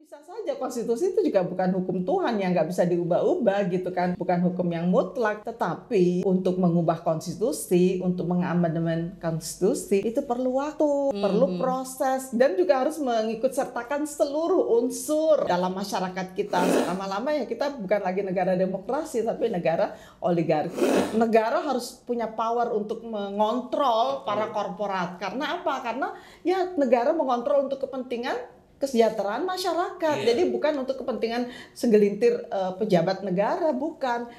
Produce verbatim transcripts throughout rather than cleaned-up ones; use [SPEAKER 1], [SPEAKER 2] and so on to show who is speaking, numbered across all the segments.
[SPEAKER 1] bisa saja konstitusi itu juga bukan hukum Tuhan yang nggak bisa diubah-ubah gitu kan, bukan hukum yang mutlak. Tetapi untuk mengubah konstitusi, untuk mengamandemen konstitusi itu perlu waktu, hmm. perlu proses, dan juga harus mengikut sertakan seluruh unsur dalam masyarakat kita. Lama-lama ya kita bukan lagi negara demokrasi tapi negara oligarki. Negara harus punya power untuk mengontrol para korporat. Karena apa? Karena ya negara mengontrol untuk kepentingan kesejahteraan masyarakat. Iya. Jadi bukan untuk kepentingan segelintir uh, pejabat negara, bukan.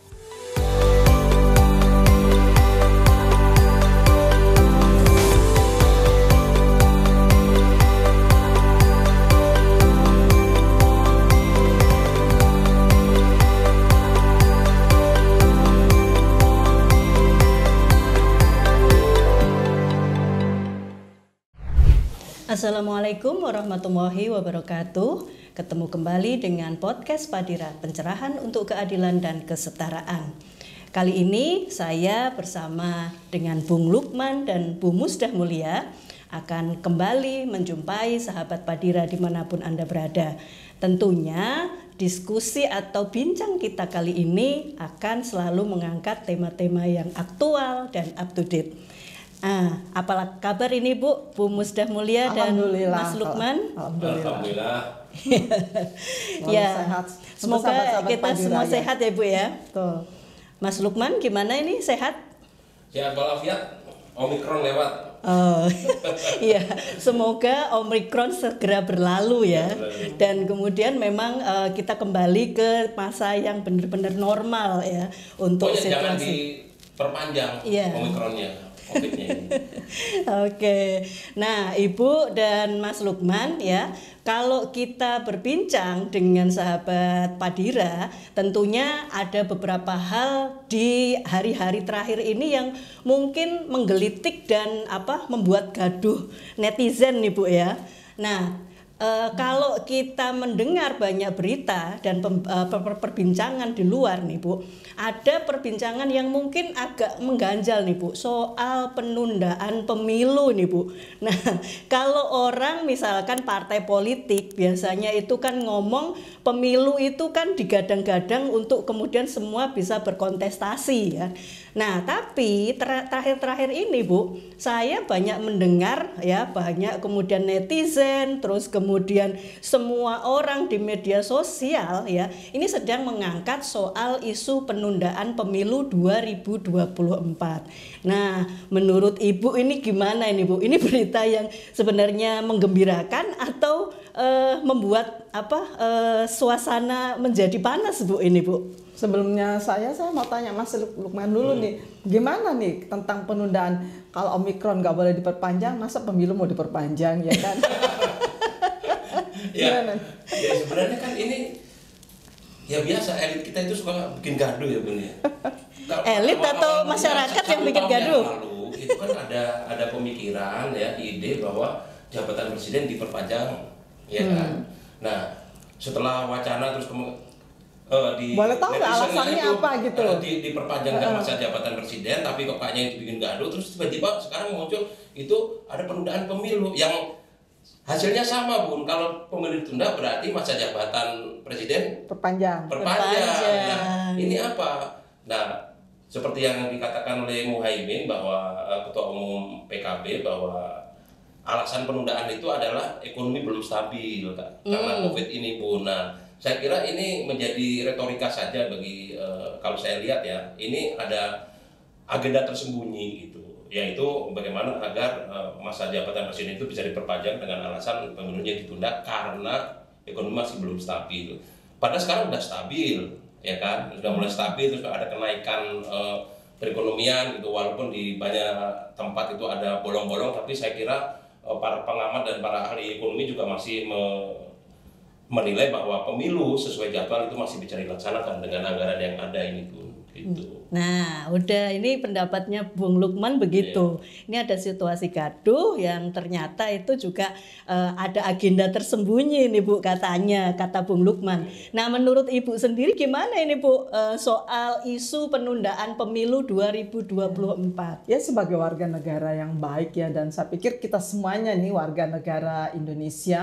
[SPEAKER 2] Assalamualaikum warahmatullahi wabarakatuh. Ketemu kembali dengan podcast Padira, pencerahan untuk keadilan dan kesetaraan. Kali ini saya bersama dengan Bung Lukman dan Bu Musdah Mulia akan kembali menjumpai sahabat Padira dimanapun Anda berada. Tentunya diskusi atau bincang kita kali ini akan selalu mengangkat tema-tema yang aktual dan up to date. Ah, apalah kabar ini Bu, Bu Musdah Mulia dan Mas Lukman?
[SPEAKER 1] Alhamdulillah.
[SPEAKER 2] Ya, sehat. Semoga sahabat -sahabat kita semua ya. Sehat ya Bu ya. Tuh. Mas Lukman gimana ini, sehat?
[SPEAKER 3] Sehat walafiat, Omikron lewat.
[SPEAKER 2] Oh, iya. Semoga Omikron segera berlalu ya. Dan kemudian memang uh, kita kembali ke masa yang benar-benar normal ya untuk
[SPEAKER 3] Pokoknya
[SPEAKER 2] situasi.
[SPEAKER 3] Jangan diperpanjang yeah. Omikronnya.
[SPEAKER 2] Oke, okay. Nah Ibu dan Mas Lukman ya, kalau kita berbincang dengan sahabat Padira, tentunya ada beberapa hal di hari-hari terakhir ini yang mungkin menggelitik dan apa membuat gaduh netizen nih Bu ya. Nah. Uh, kalau kita mendengar banyak berita dan pem, uh, per, per, perbincangan di luar nih Bu, ada perbincangan yang mungkin agak mengganjal nih Bu soal penundaan pemilu nih Bu. Nah, kalau orang misalkan partai politik biasanya itu kan ngomong pemilu itu kan digadang-gadang untuk kemudian semua bisa berkontestasi ya. Nah, tapi terakhir-terakhir ini Bu, saya banyak mendengar ya banyak kemudian netizen, terus kemudian semua orang di media sosial ya, ini sedang mengangkat soal isu penundaan pemilu dua ribu dua puluh empat. Nah, menurut Ibu ini gimana ini Bu? Ini berita yang sebenarnya menggembirakan atau uh, membuat apa uh, suasana menjadi panas Bu ini Bu?
[SPEAKER 1] Sebelumnya saya saya mau tanya Mas Lukman dulu hmm. nih, gimana nih tentang penundaan? Kalau Omikron nggak boleh diperpanjang, masa pemilu mau diperpanjang ya kan?
[SPEAKER 3] ya, ya sebenarnya kan ini ya biasa, elit kita itu suka bikin gaduh ya Bun ya.
[SPEAKER 2] Elit atau masyarakat yang bikin gaduh?
[SPEAKER 3] Yang lalu itu kan ada ada pemikiran ya, ide bahwa jabatan presiden diperpanjang, ya kan? Hmm. Nah setelah wacana terus kemudian Uh, di
[SPEAKER 1] boleh tahu nggak alasannya
[SPEAKER 3] itu,
[SPEAKER 1] apa gitu?
[SPEAKER 3] Uh, di, diperpanjangkan masa jabatan presiden, tapi kok kayaknya yang dibikin gaduh, terus tiba-tiba sekarang muncul itu ada penundaan pemilu yang hasilnya sama Bun. Kalau pemilu ditunda berarti masa jabatan presiden
[SPEAKER 1] perpanjang.
[SPEAKER 3] Perpanjang. Nah, ini apa? Nah, seperti yang dikatakan oleh Muhaimin bahwa uh, Ketua Umum P K B bahwa alasan penundaan itu adalah ekonomi belum stabil Kak, karena mm. Covid ini Bun. Nah, saya kira ini menjadi retorika saja bagi uh, kalau saya lihat ya, ini ada agenda tersembunyi gitu, yaitu bagaimana agar uh, masa jabatan presiden itu bisa diperpanjang dengan alasan pemilunya ditunda karena ekonomi masih belum stabil. Padahal sekarang sudah stabil, ya kan, sudah mulai stabil, terus ada kenaikan uh, perekonomian gitu, walaupun di banyak tempat itu ada bolong-bolong, tapi saya kira uh, para pengamat dan para ahli ekonomi juga masih me menilai bahwa pemilu sesuai jadwal itu masih bisa dilaksanakan dengan anggaran yang ada ini pun gitu.
[SPEAKER 2] Nah, udah ini pendapatnya Bung Lukman begitu. Yeah. Ini ada situasi gaduh yang ternyata itu juga uh, ada agenda tersembunyi nih Bu katanya, kata Bung Lukman. Nah, menurut Ibu sendiri gimana ini Bu uh, soal isu penundaan pemilu dua ribu dua puluh empat?
[SPEAKER 1] Ya sebagai warga negara yang baik ya, dan saya pikir kita semuanya nih warga negara Indonesia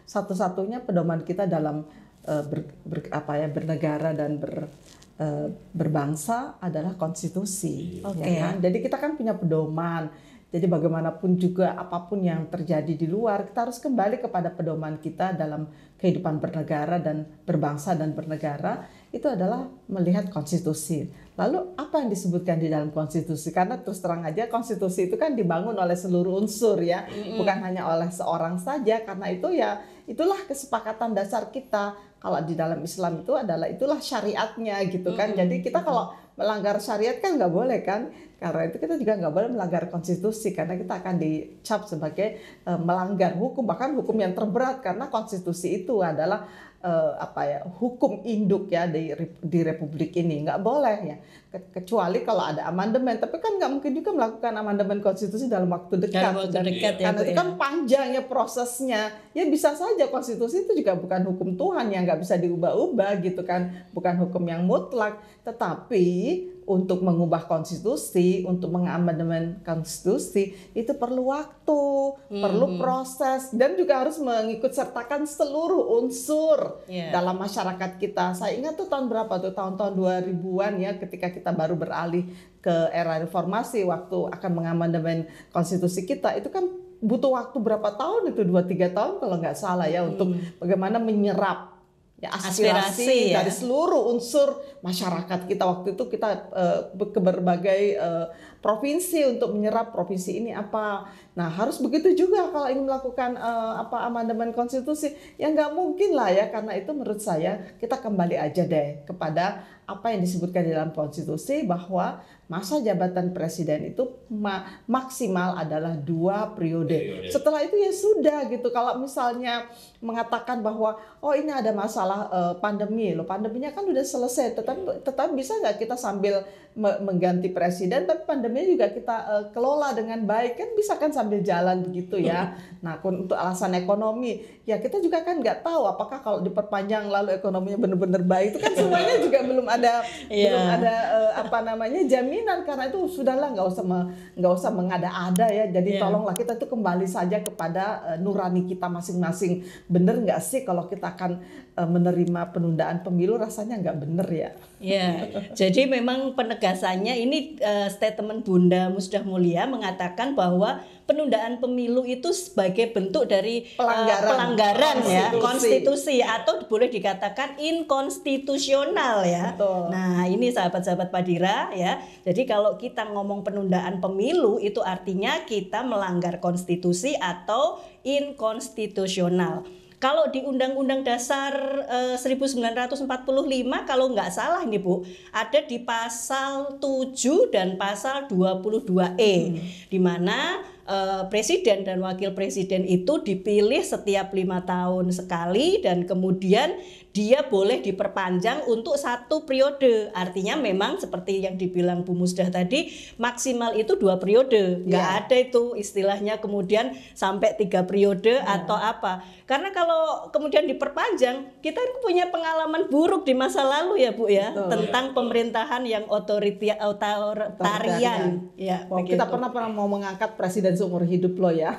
[SPEAKER 1] satu-satunya pedoman kita dalam uh, ber, ber, apa ya bernegara dan ber, uh, berbangsa adalah konstitusi.
[SPEAKER 2] Oke.
[SPEAKER 1] Ya kan? Jadi kita kan punya pedoman. Jadi bagaimanapun juga apapun yang terjadi di luar, kita harus kembali kepada pedoman kita dalam kehidupan bernegara dan berbangsa dan bernegara, itu adalah melihat konstitusi. Lalu apa yang disebutkan di dalam konstitusi? Karena terus terang aja konstitusi itu kan dibangun oleh seluruh unsur ya, mm-hmm. bukan hanya oleh seorang saja, karena itu ya itulah kesepakatan dasar kita. Kalau di dalam Islam itu adalah itulah syariatnya gitu kan. Mm-hmm. Jadi kita kalau melanggar syariat kan nggak boleh kan, karena itu kita juga nggak boleh melanggar konstitusi karena kita akan dicap sebagai uh, melanggar hukum, bahkan hukum yang terberat karena konstitusi itu adalah uh, apa ya hukum induk ya di di Republik ini, nggak boleh ya kecuali kalau ada amandemen, tapi kan nggak mungkin juga melakukan amandemen konstitusi dalam waktu dekat,
[SPEAKER 2] dalam waktu
[SPEAKER 1] dan,
[SPEAKER 2] dekat ya,
[SPEAKER 1] karena itu kan panjangnya prosesnya. Ya bisa saja konstitusi itu juga bukan hukum Tuhan yang nggak bisa diubah-ubah gitu kan, bukan hukum yang mutlak, tetapi untuk mengubah konstitusi, untuk mengamandemen konstitusi itu perlu waktu, hmm. perlu proses, dan juga harus mengikut sertakan seluruh unsur yeah. dalam masyarakat kita. Saya ingat tuh tahun berapa tuh, tahun-tahun dua ribuan ya, ketika kita baru beralih ke era reformasi, waktu akan mengamandemen konstitusi kita, itu kan butuh waktu berapa tahun itu, dua tiga tahun kalau nggak salah ya, hmm. untuk bagaimana menyerap ya, aspirasi, aspirasi ya. dari seluruh unsur masyarakat kita. Waktu itu kita uh, ke berbagai uh, provinsi untuk menyerap provinsi ini apa. Nah harus begitu juga kalau ingin melakukan uh, apa amandemen konstitusi. Ya nggak mungkin lah ya, karena itu menurut saya kita kembali aja deh kepada apa yang disebutkan di dalam konstitusi, bahwa masa jabatan presiden itu ma- maksimal adalah dua periode. periode. Setelah itu ya sudah gitu. Kalau misalnya mengatakan bahwa oh ini ada masalah uh, pandemi, loh pandeminya kan udah selesai, tetapi tetapi bisa nggak kita sambil me- mengganti presiden, tapi pandeminya juga kita uh, kelola dengan baik, kan bisa kan sambil jalan begitu ya. Nah untuk alasan ekonomi, ya kita juga kan nggak tahu apakah kalau diperpanjang lalu ekonominya benar-benar baik, itu kan semuanya juga belum ada yeah. belum ada uh, apa namanya jaminan, karena itu sudahlah nggak usah nggak usah mengada-ada ya. Jadi yeah. tolonglah kita tuh kembali saja kepada uh, nurani kita masing-masing. Bener nggak sih kalau kita akan uh, menerima penundaan pemilu? Rasanya nggak bener ya.
[SPEAKER 2] Ya, jadi memang penegasannya ini uh, statement Bunda Musdah Mulia mengatakan bahwa penundaan pemilu itu sebagai bentuk dari
[SPEAKER 1] pelanggaran,
[SPEAKER 2] uh, pelanggaran
[SPEAKER 1] konstitusi.
[SPEAKER 2] ya konstitusi, atau boleh dikatakan inkonstitusional ya.
[SPEAKER 1] Betul.
[SPEAKER 2] Nah ini sahabat-sahabat Padira ya. Jadi kalau kita ngomong penundaan pemilu itu artinya kita melanggar konstitusi atau inkonstitusional. Kalau di Undang-Undang Dasar eh, seribu sembilan ratus empat puluh lima kalau nggak salah ini Bu, ada di pasal tujuh dan pasal dua puluh dua E, hmm. di mana eh, presiden dan wakil presiden itu dipilih setiap lima tahun sekali, dan kemudian dia boleh diperpanjang untuk satu periode. Artinya memang seperti yang dibilang Bu Musdah tadi, maksimal itu dua periode. Nggak yeah. ada itu istilahnya kemudian sampai tiga periode yeah. atau apa. Karena kalau kemudian diperpanjang, kita punya pengalaman buruk di masa lalu ya Bu ya, betul, tentang ya, pemerintahan yang otoriti otoritarian. Ya,
[SPEAKER 1] wow, kita pernah pernah mau mengangkat presiden seumur hidup loh ya.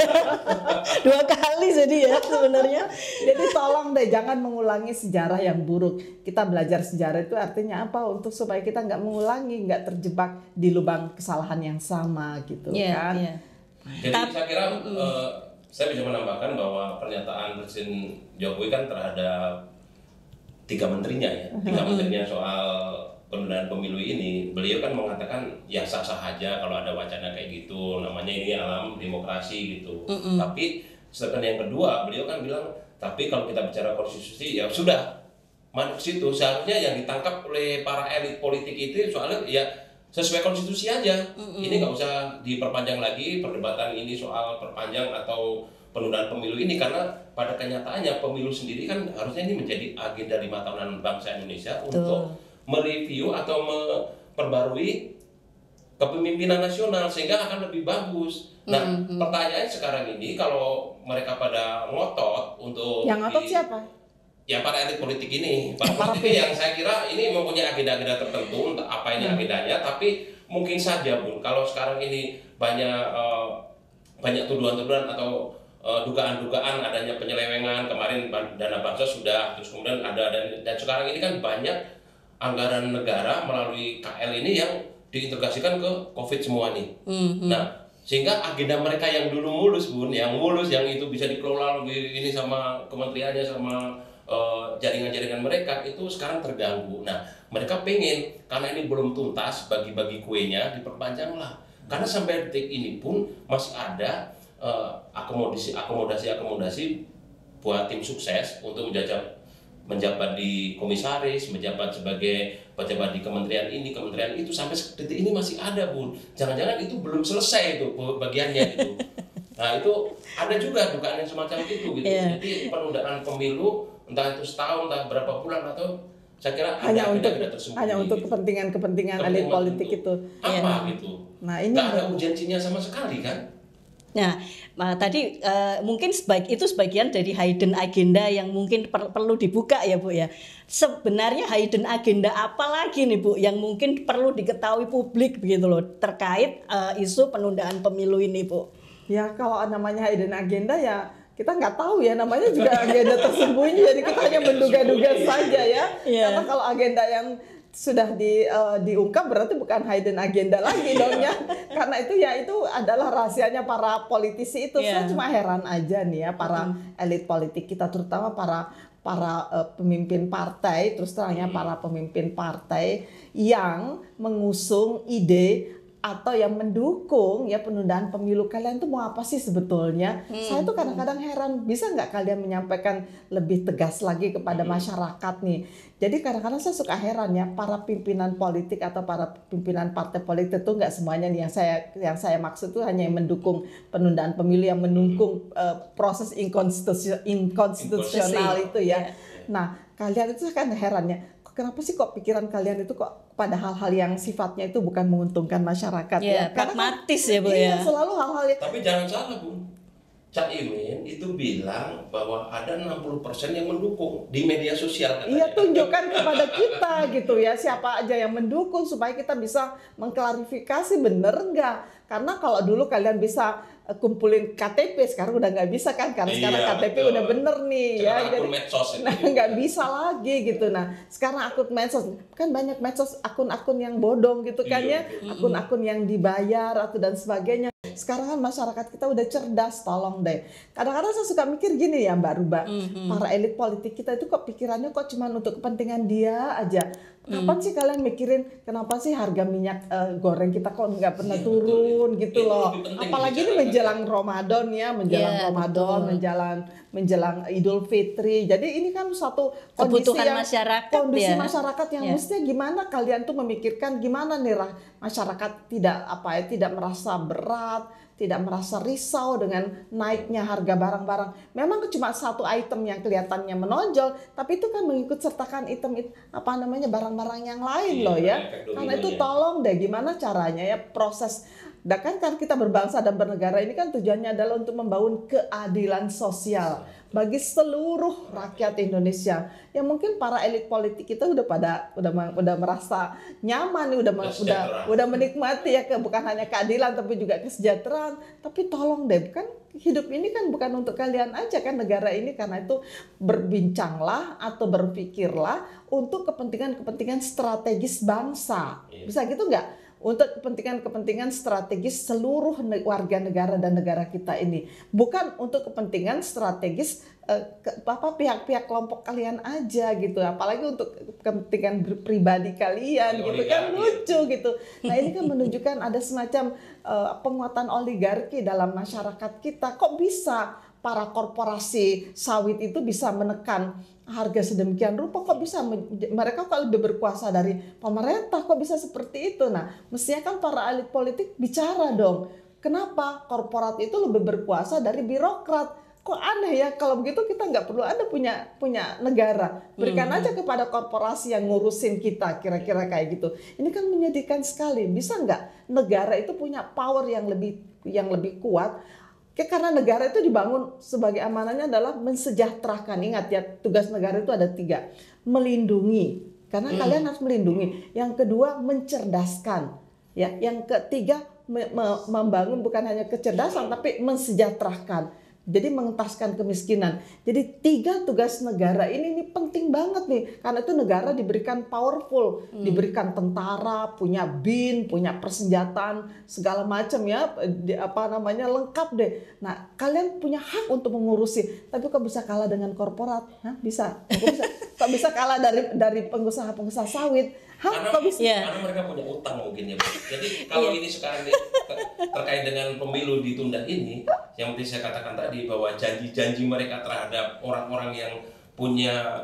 [SPEAKER 2] Dua kali jadi ya sebenarnya.
[SPEAKER 1] Jadi tolong deh jangan mengulangi sejarah yang buruk. Kita belajar sejarah itu artinya apa? Untuk supaya kita nggak mengulangi, nggak terjebak di lubang kesalahan yang sama gitu yeah, kan. Yeah.
[SPEAKER 3] Jadi Tapi, saya kira mm, uh, saya bisa menambahkan bahwa pernyataan Presiden Jokowi kan terhadap tiga menterinya ya, tiga menterinya soal penundaan pemilu ini, beliau kan mengatakan ya sah-sah aja kalau ada wacana kayak gitu, namanya ini alam demokrasi gitu. Mm-mm. Tapi sedangkan yang kedua beliau kan bilang, tapi kalau kita bicara konstitusi ya sudah masuk situ, seharusnya yang ditangkap oleh para elit politik itu soalnya ya sesuai konstitusi aja. Mm-hmm. Ini nggak usah diperpanjang lagi perdebatan ini soal perpanjang atau penundaan pemilu ini, karena pada kenyataannya pemilu sendiri kan harusnya ini menjadi agenda lima tahunan bangsa Indonesia Tuh. untuk mereview atau memperbarui kepemimpinan nasional sehingga akan lebih bagus. Nah, mm-hmm. pertanyaannya sekarang ini kalau mereka pada ngotot untuk
[SPEAKER 1] yang ngotot di, siapa?
[SPEAKER 3] Ya para elit politik ini, para politik ini yang saya kira ini mempunyai agenda-agenda tertentu, entah apa ini hmm. agendanya, tapi mungkin saja Bun, kalau sekarang ini banyak uh, banyak tuduhan-tuduhan atau uh, dugaan-dugaan adanya penyelewengan. Kemarin dana bansos sudah, terus kemudian ada dan, dan sekarang ini kan banyak anggaran negara melalui K L ini yang diintegrasikan ke COVID semua nih. Mm-hmm. Nah, sehingga agenda mereka yang dulu mulus Bun, yang mulus yang itu bisa dikelola lebih ini sama kementeriannya sama uh, jaringan-jaringan mereka itu sekarang terganggu. Nah, mereka pengen karena ini belum tuntas bagi-bagi kuenya diperpanjang lah. Karena sampai detik ini pun masih ada uh, akomodasi akomodasi akomodasi buat tim sukses untuk menjajah menjabat di komisaris, menjabat sebagai pejabat di kementerian ini, kementerian itu sampai detik ini masih ada Bun. Jangan-jangan itu belum selesai itu bagiannya itu. Nah itu ada juga dugaan yang semacam itu gitu. Yeah. Jadi penundaan pemilu entah itu setahun, entah berapa bulan atau saya kira
[SPEAKER 1] hanya
[SPEAKER 3] ada
[SPEAKER 1] untuk
[SPEAKER 3] tersembunyi.
[SPEAKER 1] Hanya untuk
[SPEAKER 3] gitu.
[SPEAKER 1] kepentingan-kepentingan elit politik itu.
[SPEAKER 3] Apa
[SPEAKER 1] ya.
[SPEAKER 3] gitu?
[SPEAKER 1] Nah ini
[SPEAKER 3] nggak ada urgensinya sama sekali kan?
[SPEAKER 2] Nah, uh, tadi uh, mungkin sebaik itu sebagian dari hidden agenda yang mungkin per, perlu dibuka ya Bu ya. Sebenarnya hidden agenda apa lagi nih Bu yang mungkin perlu diketahui publik begitu loh terkait uh, isu penundaan pemilu ini Bu?
[SPEAKER 1] Ya kalau namanya hidden agenda ya kita nggak tahu ya, namanya juga agenda tersembunyi, jadi kita hanya menduga-duga saja ya. Yeah. Karena kalau agenda yang sudah di uh, diungkap berarti bukan hidden agenda lagi dong ya. Karena itu ya itu adalah rahasianya para politisi itu. Yeah. Saya cuma heran aja nih ya para mm. elit politik kita, terutama para para uh, pemimpin partai, terus terangnya mm. para pemimpin partai yang mengusung ide atau yang mendukung ya penundaan pemilu. Kalian tuh mau apa sih sebetulnya? Hmm. Saya tuh kadang-kadang heran, bisa nggak kalian menyampaikan lebih tegas lagi kepada hmm. masyarakat nih? Jadi kadang-kadang saya suka heran ya, para pimpinan politik atau para pimpinan partai politik itu nggak semuanya nih yang saya yang saya maksud tuh hanya yang mendukung penundaan pemilu, yang mendukung uh, proses inkonstitusi- inkonstitusional itu ya. Nah kalian itu kan herannya, kenapa sih kok pikiran kalian itu kok pada hal-hal yang sifatnya itu bukan menguntungkan masyarakat
[SPEAKER 2] ya?
[SPEAKER 1] Ya,
[SPEAKER 2] pragmatis
[SPEAKER 1] kan,
[SPEAKER 2] ya Bu
[SPEAKER 1] iya,
[SPEAKER 2] ya.
[SPEAKER 1] Selalu hal-hal yang...
[SPEAKER 3] Tapi jangan salah Bu, Cak Imin itu bilang bahwa ada enam puluh persen yang mendukung di media sosial katanya.
[SPEAKER 1] Iya, tunjukkan kepada kita gitu ya, siapa aja yang mendukung supaya kita bisa mengklarifikasi bener nggak. Karena kalau dulu kalian bisa kumpulin K T P, sekarang udah nggak bisa kan, karena
[SPEAKER 3] iya,
[SPEAKER 1] sekarang K T P
[SPEAKER 3] betul.
[SPEAKER 1] udah bener nih.
[SPEAKER 3] Sekarang
[SPEAKER 1] ya,
[SPEAKER 3] akun
[SPEAKER 1] jadi
[SPEAKER 3] medsos
[SPEAKER 1] nah nggak bisa lagi gitu. Nah sekarang akun medsos kan banyak medsos akun-akun yang bodong gitu kan
[SPEAKER 3] iya,
[SPEAKER 1] ya, akun-akun yang dibayar atau dan sebagainya. Sekarang kan masyarakat kita udah cerdas, tolong deh. Kadang-kadang saya suka mikir gini ya Mbak Ruba, mm-hmm. para elit politik kita itu kok pikirannya kok cuma untuk kepentingan dia aja. Kapan mm. sih kalian mikirin kenapa sih harga minyak uh, goreng kita kok nggak pernah iya, turun betul. Gitu loh. Apalagi ini menjelang Ramadan ya, menjelang yeah, Ramadan, betul. menjelang menjelang Idul Fitri. Jadi ini kan suatu kondisi
[SPEAKER 2] kebutuhan
[SPEAKER 1] yang
[SPEAKER 2] masyarakat
[SPEAKER 1] kondisi
[SPEAKER 2] ya.
[SPEAKER 1] masyarakat yang yeah. mestinya gimana kalian tuh memikirkan gimana nih masyarakat tidak apa ya tidak merasa berat, tidak merasa risau dengan naiknya harga barang-barang. Memang cuma satu item yang kelihatannya menonjol, tapi itu kan mengikut sertakan item apa namanya barang-barang yang lain iya, loh ya. Karena itu tolong deh gimana caranya ya proses. Dan kan, kan kita berbangsa dan bernegara ini kan tujuannya adalah untuk membangun keadilan sosial bagi seluruh rakyat Indonesia. Ya mungkin para elit politik kita udah pada udah udah merasa nyaman, udah udah udah menikmati ya ke, bukan hanya keadilan tapi juga kesejahteraan. Tapi tolong deh, kan hidup ini kan bukan untuk kalian aja kan, negara ini. Karena itu berbincanglah atau berpikirlah untuk kepentingan-kepentingan strategis bangsa. Bisa gitu nggak? Untuk kepentingan-kepentingan strategis seluruh warga negara dan negara kita ini, bukan untuk kepentingan strategis eh, ke, apa pihak-pihak kelompok kalian aja gitu, apalagi untuk kepentingan pribadi kalian gitu kan, lucu gitu. Nah ini kan menunjukkan ada semacam eh, penguatan oligarki dalam masyarakat kita. Kok bisa para korporasi sawit itu bisa menekan harga sedemikian rupa, kok bisa mereka kok lebih berkuasa dari pemerintah, kok bisa seperti itu? Nah, mestinya kan para elit politik bicara dong. Kenapa korporat itu lebih berkuasa dari birokrat? Kok aneh ya? Kalau begitu kita nggak perlu ada punya punya negara. Berikan hmm. aja kepada korporasi yang ngurusin kita, kira-kira kayak gitu. Ini kan menyedihkan sekali. Bisa nggak negara itu punya power yang lebih yang lebih kuat? Karena negara itu dibangun sebagai amanahnya adalah mensejahterakan. Ingat ya, tugas negara itu ada tiga. Melindungi, karena hmm. kalian harus melindungi. Yang kedua, mencerdaskan. Ya, yang ketiga, me- me- membangun bukan hanya kecerdasan, tapi mensejahterakan. Jadi mengentaskan kemiskinan. Jadi tiga tugas negara ini, ini penting banget nih. Karena itu negara diberikan powerful, hmm. diberikan tentara, punya bin, punya persenjataan segala macam ya, di, apa namanya lengkap deh. Nah kalian punya hak untuk mengurusi. Tapi kok bisa kalah dengan korporat? Hah? Bisa? Kok bisa? Kok bisa kalah dari dari pengusaha-pengusaha sawit? Hah?
[SPEAKER 3] Karena,
[SPEAKER 1] Kok bisa?
[SPEAKER 2] Yeah.
[SPEAKER 3] karena mereka punya utang mungkin ya Bu. Jadi kalau yeah. ini sekarang nih, ter- terkait dengan pemilu ditunda ini, yang seperti saya katakan tadi bahwa janji-janji mereka terhadap orang-orang yang punya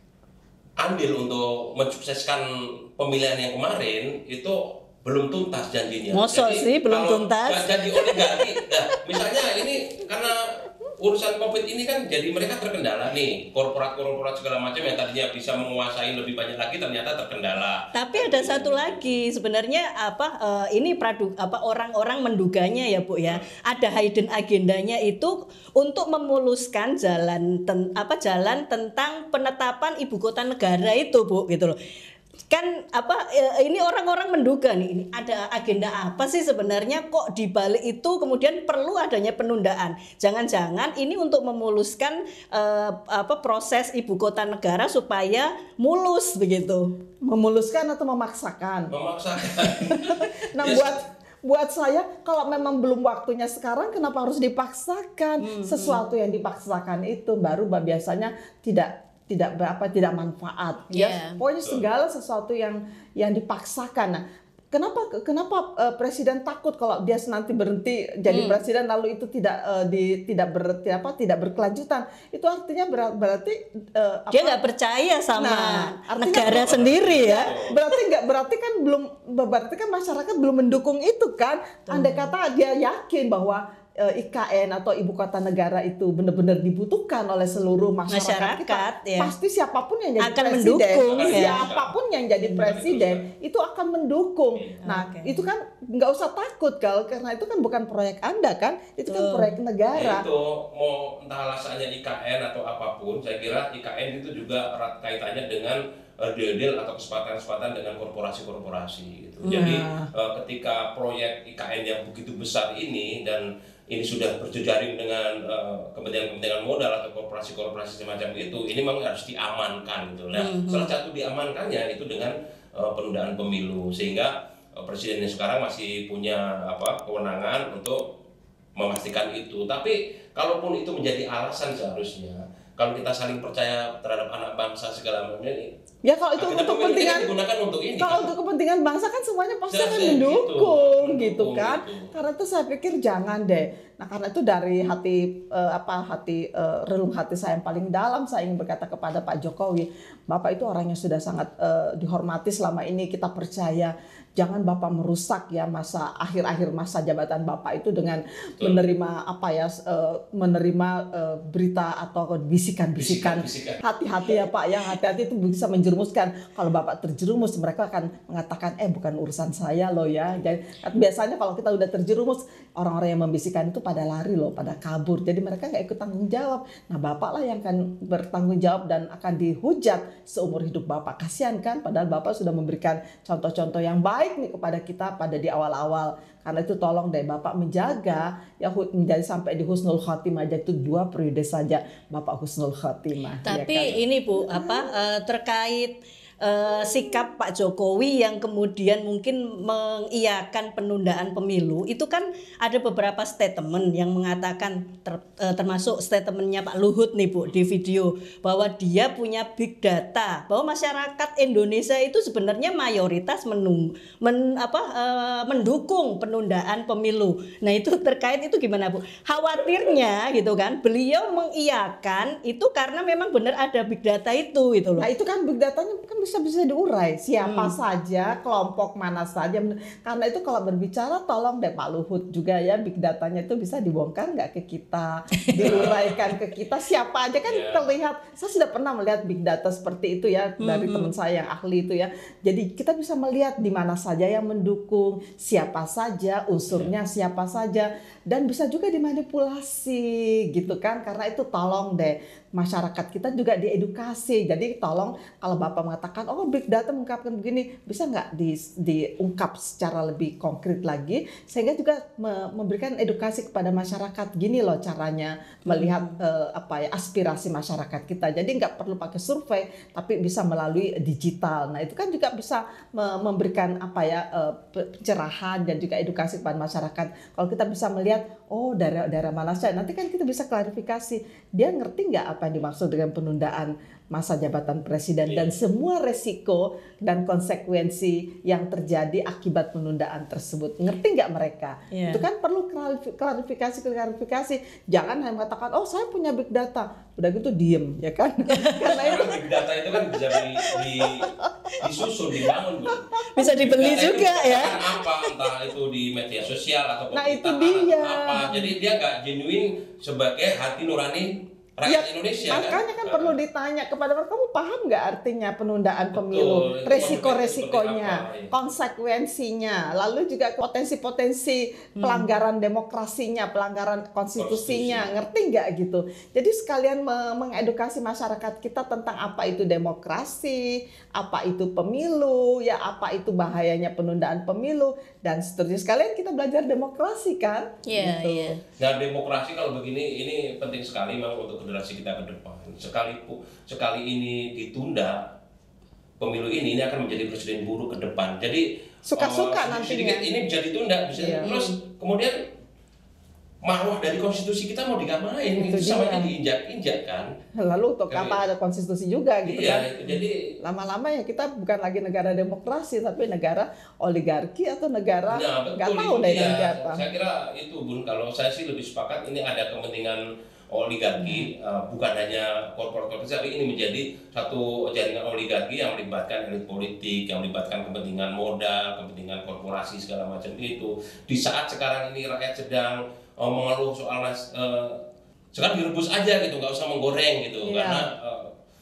[SPEAKER 3] andil untuk mensukseskan pemilihan yang kemarin itu belum tuntas janjinya.
[SPEAKER 2] Mosok sih belum
[SPEAKER 3] kalau
[SPEAKER 2] tuntas.
[SPEAKER 3] Janji oligarki, nah misalnya ini karena urusan COVID ini kan jadi mereka terkendala nih, korporat-korporat segala macam yang tadinya bisa menguasai lebih banyak lagi ternyata terkendala.
[SPEAKER 2] Tapi ada satu lagi sebenarnya apa uh, ini praduk apa orang-orang menduganya ya Bu ya, ada hidden agendanya itu untuk memuluskan jalan ten, apa jalan tentang penetapan ibu kota negara itu Bu gitu loh. Kan apa ini orang-orang menduga nih ini ada agenda apa sih sebenarnya kok di balik itu kemudian perlu adanya penundaan. Jangan-jangan ini untuk memuluskan eh, apa proses ibu kota negara supaya mulus begitu.
[SPEAKER 1] Memuluskan atau memaksakan?
[SPEAKER 3] Memaksakan.
[SPEAKER 1] Nah yes. buat buat saya kalau memang belum waktunya sekarang kenapa harus dipaksakan? Hmm, Sesuatu yang dipaksakan itu baru biasanya tidak tidak berapa tidak manfaat
[SPEAKER 2] yeah.
[SPEAKER 1] ya pokoknya segala sesuatu yang yang dipaksakan. Nah kenapa kenapa uh, presiden takut kalau dia nanti berhenti jadi hmm. presiden lalu itu tidak uh, di tidak ber apa tidak berkelanjutan, itu artinya ber, berarti uh,
[SPEAKER 2] dia
[SPEAKER 1] apa,
[SPEAKER 2] nggak percaya sama
[SPEAKER 1] nah,
[SPEAKER 2] negara artinya, sendiri ya
[SPEAKER 1] berarti nggak berarti kan belum berarti kan masyarakat belum mendukung itu kan. hmm. Andai kata dia yakin bahwa I K N atau ibu kota negara itu benar-benar dibutuhkan oleh seluruh masyarakat, masyarakat kita,
[SPEAKER 2] ya.
[SPEAKER 1] Pasti siapapun yang jadi
[SPEAKER 2] akan
[SPEAKER 1] presiden,
[SPEAKER 2] mendukung,
[SPEAKER 1] siapapun
[SPEAKER 2] ya.
[SPEAKER 1] yang jadi presiden itu akan mendukung. Nah, okay. itu kan nggak usah takut kalau karena itu kan bukan proyek Anda kan, itu kan uh. proyek negara.
[SPEAKER 3] Nah, itu mau entah alasannya I K N atau apapun, saya kira I K N itu juga erat kaitannya dengan deal-deal atau kesepakatan-kesepakatan dengan korporasi-korporasi gitu. Nah. Jadi uh, ketika proyek I K N yang begitu besar ini dan ini sudah berjejaring dengan uh, kepentingan-kepentingan modal atau korporasi-korporasi semacam itu, ini memang harus diamankan gitu. Nah, mm-hmm. salah satu diamankannya itu dengan uh, penundaan pemilu, sehingga uh, presiden yang sekarang masih punya apa kewenangan untuk memastikan itu. Tapi kalaupun itu menjadi alasan seharusnya, kalau kita saling percaya terhadap anak bangsa segala macam ini,
[SPEAKER 1] ya kalau itu untuk kepentingan
[SPEAKER 3] digunakan untuk ini.
[SPEAKER 1] Kalau
[SPEAKER 3] kan?
[SPEAKER 1] untuk kepentingan bangsa kan semuanya pasti akan
[SPEAKER 3] Jelas,
[SPEAKER 1] mendukung
[SPEAKER 3] gitu,
[SPEAKER 1] gitu kan.
[SPEAKER 3] Gitu.
[SPEAKER 1] Karena itu saya pikir jangan deh. Nah, karena itu dari hati uh, apa hati uh, relung hati saya yang paling dalam saya ingin berkata kepada Pak Jokowi, Bapak itu orang yang sudah sangat uh, dihormati selama ini, kita percaya. Jangan Bapak merusak ya masa akhir-akhir masa jabatan Bapak itu dengan Betul. menerima apa ya uh, menerima uh, berita atau bisikan-bisikan. Hati-hati ya Pak ya, hati-hati itu bisa menjerumuskan. Kalau Bapak terjerumus mereka akan mengatakan eh bukan urusan saya loh ya. Jadi biasanya kalau kita udah terjerumus orang-orang yang membisikkan itu pada lari loh, pada kabur. Jadi mereka nggak ikut tanggung jawab. Nah Bapak lah yang akan bertanggung jawab dan akan dihujat seumur hidup Bapak. Kasihan kan, padahal Bapak sudah memberikan contoh-contoh yang baik nih kepada kita pada di awal-awal. Karena itu tolong deh Bapak menjaga ya menjadi sampai di husnul khotimah aja itu dua periode saja Bapak husnul khotimah.
[SPEAKER 2] Tapi
[SPEAKER 1] ya kan?
[SPEAKER 2] ini Bu apa uh, terkait Uh, sikap Pak Jokowi yang kemudian mungkin mengiyakan penundaan pemilu itu kan ada beberapa statement yang mengatakan ter, uh, termasuk statementnya Pak Luhut nih Bu di video bahwa dia punya big data bahwa masyarakat Indonesia itu sebenarnya mayoritas menung, men, apa, uh, mendukung penundaan pemilu. Nah itu terkait itu gimana Bu? Khawatirnya gitu kan beliau mengiyakan itu karena memang benar ada big data itu gitu loh.
[SPEAKER 1] Nah itu kan big datanya kan bisa bisa diurai siapa hmm. saja, kelompok mana saja. Karena itu kalau berbicara tolong deh Pak Luhut juga ya big datanya itu bisa dibongkar nggak ke kita, diuraikan ke kita siapa aja kan yeah. terlihat. Saya sudah pernah melihat big data seperti itu ya dari hmm. teman saya yang ahli itu ya. Jadi kita bisa melihat di mana saja yang mendukung, siapa saja, unsurnya yeah. siapa saja, dan bisa juga dimanipulasi gitu kan. Karena itu tolong deh masyarakat kita juga diedukasi. Jadi tolong kalau Bapak mengatakan mengatakan, oh big data mengungkapkan begini, bisa nggak di, diungkap secara lebih konkret lagi, sehingga juga me, memberikan edukasi kepada masyarakat, gini loh caranya melihat hmm. uh, apa ya aspirasi masyarakat kita. Jadi nggak perlu pakai survei, tapi bisa melalui digital. Nah itu kan juga bisa me, memberikan apa ya uh, pencerahan dan juga edukasi kepada masyarakat. Kalau kita bisa melihat, oh daerah-daerah mana saja, nanti kan kita bisa klarifikasi, dia ngerti nggak apa yang dimaksud dengan penundaan masa jabatan presiden dan semua resiko dan konsekuensi yang terjadi akibat penundaan tersebut. Ngerti nggak mereka? Yeah. Itu kan perlu klarifikasi klarifikasi. Jangan hanya mengatakan, oh saya punya big data, udah gitu diem, ya kan? Karena itu
[SPEAKER 3] big data itu kan bisa di, di, disusun, dibangun,
[SPEAKER 2] bisa dibeli juga ya.
[SPEAKER 3] Apa entah itu di media sosial atau
[SPEAKER 1] nah itu dia.
[SPEAKER 3] Apa? Jadi dia nggak genuine sebagai hati nurani rakyat ya, Indonesia.
[SPEAKER 1] Makanya kan, kan perlu ditanya kepada mereka, kamu paham nggak artinya penundaan
[SPEAKER 3] Betul,
[SPEAKER 1] pemilu, resiko-resikonya, ya. konsekuensinya, lalu juga potensi-potensi hmm. pelanggaran demokrasinya, pelanggaran konstitusinya, Konstitusi. Ngerti nggak gitu? Jadi sekalian mengedukasi masyarakat kita tentang apa itu demokrasi, apa itu pemilu, ya apa itu bahayanya penundaan pemilu dan seterusnya. Sekalian kita belajar demokrasi kan?
[SPEAKER 2] Iya,
[SPEAKER 1] gitu.
[SPEAKER 2] iya.
[SPEAKER 3] Nah demokrasi kalau begini ini penting sekali memang untuk generasi kita ke depan. Sekali sekali ini ditunda pemilu ini ini akan menjadi presiden buruk ke depan. Jadi
[SPEAKER 1] suka-suka uh,
[SPEAKER 3] nantinya ini bisa ditunda, bisa yeah. terus kemudian marwah dari konstitusi kita mau digapain? Itu sama aja diinjak-injak kan.
[SPEAKER 1] Lalu untuk apa ada konstitusi juga gitu
[SPEAKER 3] iya,
[SPEAKER 1] kan?
[SPEAKER 3] Itu, jadi
[SPEAKER 1] lama-lama ya kita bukan lagi negara demokrasi tapi negara oligarki atau negara nggak
[SPEAKER 3] nah,
[SPEAKER 1] tahu deh
[SPEAKER 3] nanti
[SPEAKER 1] ya, apa.
[SPEAKER 3] Saya kira itu Bun, kalau saya sih lebih sepakat ini ada kepentingan oligarki, hmm. uh, bukan hanya korporat-korporat, tapi ini menjadi satu jaringan oligarki yang melibatkan elit politik, yang melibatkan kepentingan modal, kepentingan korporasi segala macam itu. Di saat sekarang ini rakyat sedang uh, mengeluh soal uh, sekarang direbus aja gitu, nggak usah menggoreng gitu, yeah. karena uh,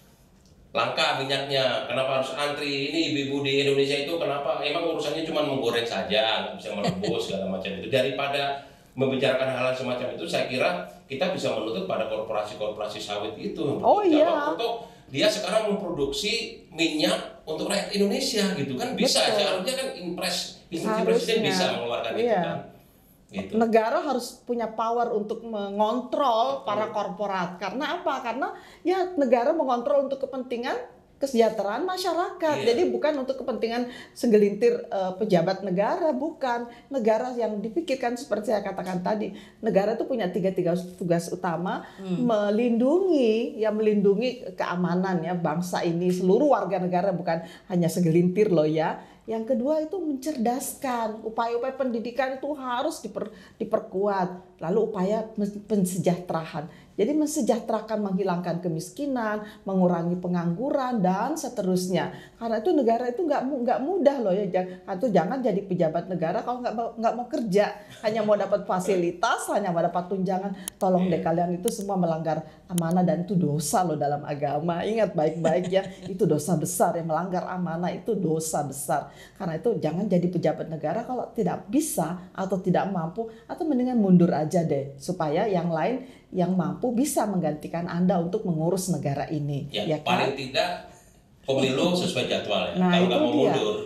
[SPEAKER 3] langka minyaknya. Kenapa harus antri? Ini ibu-ibu di Indonesia itu kenapa? Emang urusannya cuma menggoreng saja, nggak bisa merebus segala macam itu. Daripada membicarakan hal-hal semacam itu, saya kira kita bisa menuntut pada korporasi-korporasi sawit itu
[SPEAKER 1] oh, iya.
[SPEAKER 3] untuk dia sekarang memproduksi minyak untuk rakyat Indonesia gitu kan bisa. Betul. Seharusnya kan impres instruksi presiden bisa mengeluarkan iya. itu kan. Gitu.
[SPEAKER 1] Negara harus punya power untuk mengontrol Betul. para korporat. Karena apa? Karena ya negara mengontrol untuk kepentingan kesejahteraan masyarakat. Iya. Jadi bukan untuk kepentingan segelintir uh, pejabat negara, bukan. Negara yang dipikirkan seperti saya katakan tadi, negara itu punya tiga tiga tugas utama, hmm. melindungi, ya melindungi keamanan ya bangsa ini, seluruh warga negara, bukan hanya segelintir loh ya. Yang kedua itu mencerdaskan, upaya-upaya pendidikan itu harus diper, diperkuat. Lalu upaya pensejahterahan. Jadi mensejahterakan, menghilangkan kemiskinan, mengurangi pengangguran dan seterusnya. Karena itu negara itu nggak nggak mudah loh ya. Itu jangan jadi pejabat negara kalau nggak mau nggak mau kerja, hanya mau dapat fasilitas, hanya mau dapat tunjangan. Tolong deh kalian itu semua melanggar amanah dan itu dosa loh dalam agama. Ingat baik-baik ya, itu dosa besar yang melanggar amanah itu dosa besar. Karena itu jangan jadi pejabat negara kalau tidak bisa atau tidak mampu, atau mendingan mundur aja deh supaya yang lain yang mampu bisa menggantikan Anda untuk mengurus negara ini.
[SPEAKER 3] Ya,
[SPEAKER 1] ya kan?
[SPEAKER 3] Paling tidak pemilu sesuai jadwal ya.
[SPEAKER 1] Nah,
[SPEAKER 3] kalau nggak mau
[SPEAKER 1] dia.
[SPEAKER 3] mundur,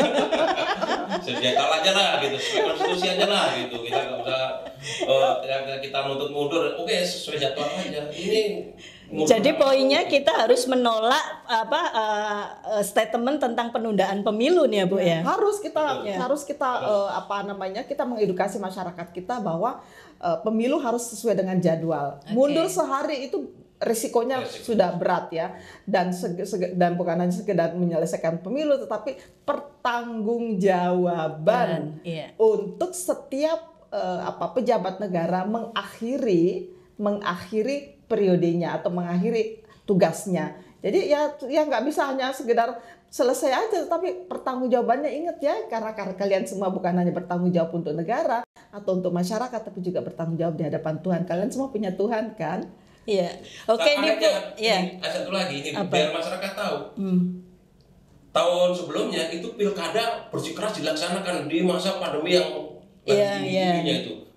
[SPEAKER 3] sesuai jadwal aja lah gitu, sesuai konstitusi aja lah gitu. Kita nggak usah uh, kita nuntut mundur. Oke, sesuai jadwal aja. Ini
[SPEAKER 2] jadi poinnya kita harus menolak apa uh, statement tentang penundaan pemilu nih ya Bu ya.
[SPEAKER 1] Harus kita ya. harus kita uh, apa namanya kita mengedukasi masyarakat kita bahwa uh, pemilu harus sesuai dengan jadwal. Okay. Mundur sehari itu risikonya Risiko. sudah berat ya, dan sege, sege, dan bukan hanya sekedar menyelesaikan pemilu tetapi pertanggungjawaban yeah. untuk setiap uh, apa pejabat negara mengakhiri mengakhiri periodenya atau mengakhiri tugasnya. Jadi ya ya nggak bisa hanya sekedar selesai aja, tapi pertanggungjawabannya ingat ya, karena, karena kalian semua bukan hanya bertanggung jawab untuk negara atau untuk masyarakat, tapi juga bertanggung jawab di hadapan Tuhan. Kalian semua punya Tuhan kan?
[SPEAKER 2] Iya. Oke, okay,
[SPEAKER 3] nah,
[SPEAKER 2] ini Bu.
[SPEAKER 3] Ya. Satu lagi ini Apa? biar masyarakat tahu. Hmm. Tahun sebelumnya itu pilkada bersikeras dilaksanakan di masa pandemi yang lagi yeah, yeah. itu.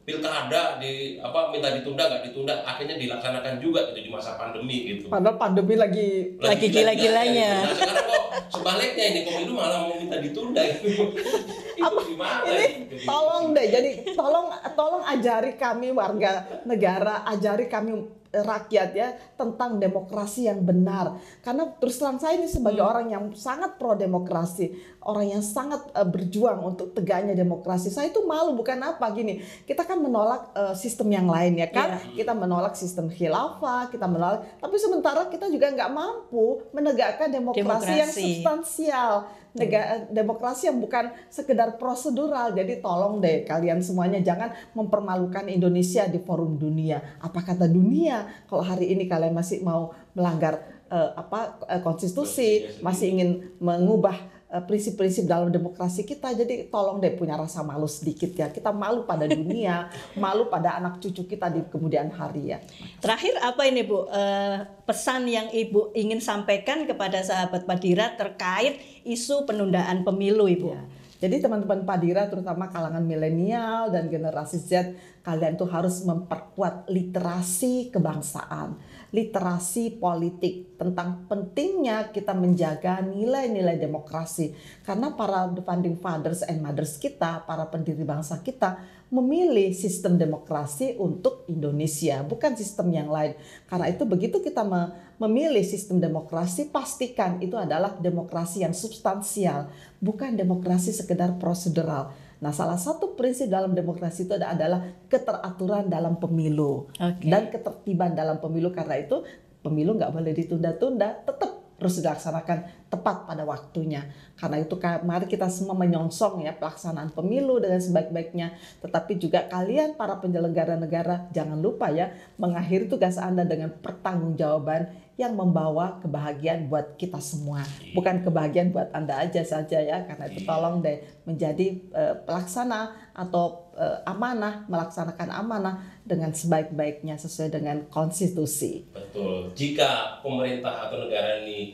[SPEAKER 3] pilkada di apa minta ditunda nggak ditunda, akhirnya dilaksanakan juga gitu di masa pandemi gitu.
[SPEAKER 1] Padahal pandemi lagi
[SPEAKER 2] lagi gila-gilanya.
[SPEAKER 3] Nah, sekarang kok sebaliknya ini pemilu malah mau minta ditunda gitu. Itu gimana?
[SPEAKER 1] ini
[SPEAKER 3] gitu.
[SPEAKER 1] tolong deh, jadi tolong tolong ajari kami warga negara, ajari kami rakyat ya tentang demokrasi yang benar. Karena terus terang saya ini sebagai hmm. orang yang sangat pro demokrasi, orang yang sangat uh, berjuang untuk tegaknya demokrasi. Saya itu malu bukan apa gini. Kita kan menolak uh, sistem yang lain ya kan. Yeah. Kita menolak sistem khilafah, kita menolak. Tapi sementara kita juga nggak mampu menegakkan demokrasi, demokrasi. yang substansial. Negara, demokrasi yang bukan sekedar prosedural. Jadi tolong deh kalian semuanya jangan mempermalukan Indonesia di forum dunia. Apa kata dunia kalau hari ini kalian masih mau melanggar uh, apa uh, konstitusi, masih ingin mengubah uh, prinsip-prinsip dalam demokrasi kita. Jadi tolong deh punya rasa malu sedikit ya. Kita malu pada dunia, malu pada anak cucu kita di kemudian hari ya.
[SPEAKER 2] Terakhir apa ini Bu, uh, pesan yang Ibu ingin sampaikan kepada sahabat Padira terkait isu penundaan pemilu Ibu?
[SPEAKER 1] Ya. Jadi teman-teman Padira terutama kalangan milenial dan generasi Z, kalian tuh harus memperkuat literasi kebangsaan, literasi politik tentang pentingnya kita menjaga nilai-nilai demokrasi. Karena para founding fathers and mothers kita, para pendiri bangsa kita memilih sistem demokrasi untuk Indonesia, bukan sistem yang lain. Karena itu begitu kita memilih sistem demokrasi, pastikan itu adalah demokrasi yang substansial, bukan demokrasi sekedar prosedural. Nah, salah satu prinsip dalam demokrasi itu adalah keteraturan dalam pemilu. Okay. Dan ketertiban dalam pemilu. Karena itu pemilu nggak boleh ditunda-tunda, tetap harus dilaksanakan tepat pada waktunya. Karena itu mari kita semua menyongsong ya pelaksanaan pemilu dengan sebaik-baiknya. Tetapi juga kalian para penyelenggara negara jangan lupa ya mengakhiri tugas Anda dengan pertanggungjawaban yang membawa kebahagiaan buat kita semua. Bukan kebahagiaan buat Anda aja saja ya. Karena itu tolong deh menjadi uh, pelaksana atau uh, amanah, melaksanakan amanah dengan sebaik-baiknya sesuai dengan konstitusi.
[SPEAKER 3] Betul. Jika pemerintah atau negara ini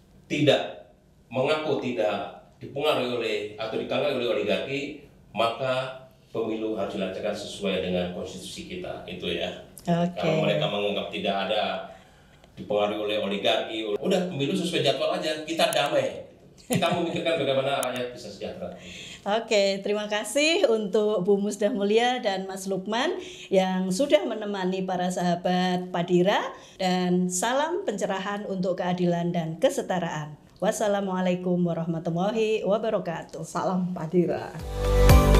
[SPEAKER 3] tidak mengaku tidak dipengaruhi oleh atau dikangkang oleh oligarki, maka pemilu harus dilaksanakan sesuai dengan konstitusi kita. Itu ya. Okay. Kalau mereka menganggap tidak ada dipengaruhi oleh oligarki, udah pemilu sesuai jadwal aja, kita damai. Kita memikirkan bagaimana rakyat bisa sejahtera.
[SPEAKER 2] Oke, terima kasih untuk Bu Musdah Mulia dan Mas Lukman yang sudah menemani para sahabat Padira, dan salam pencerahan untuk keadilan dan kesetaraan. Wassalamualaikum warahmatullahi wabarakatuh.
[SPEAKER 1] Salam Padira.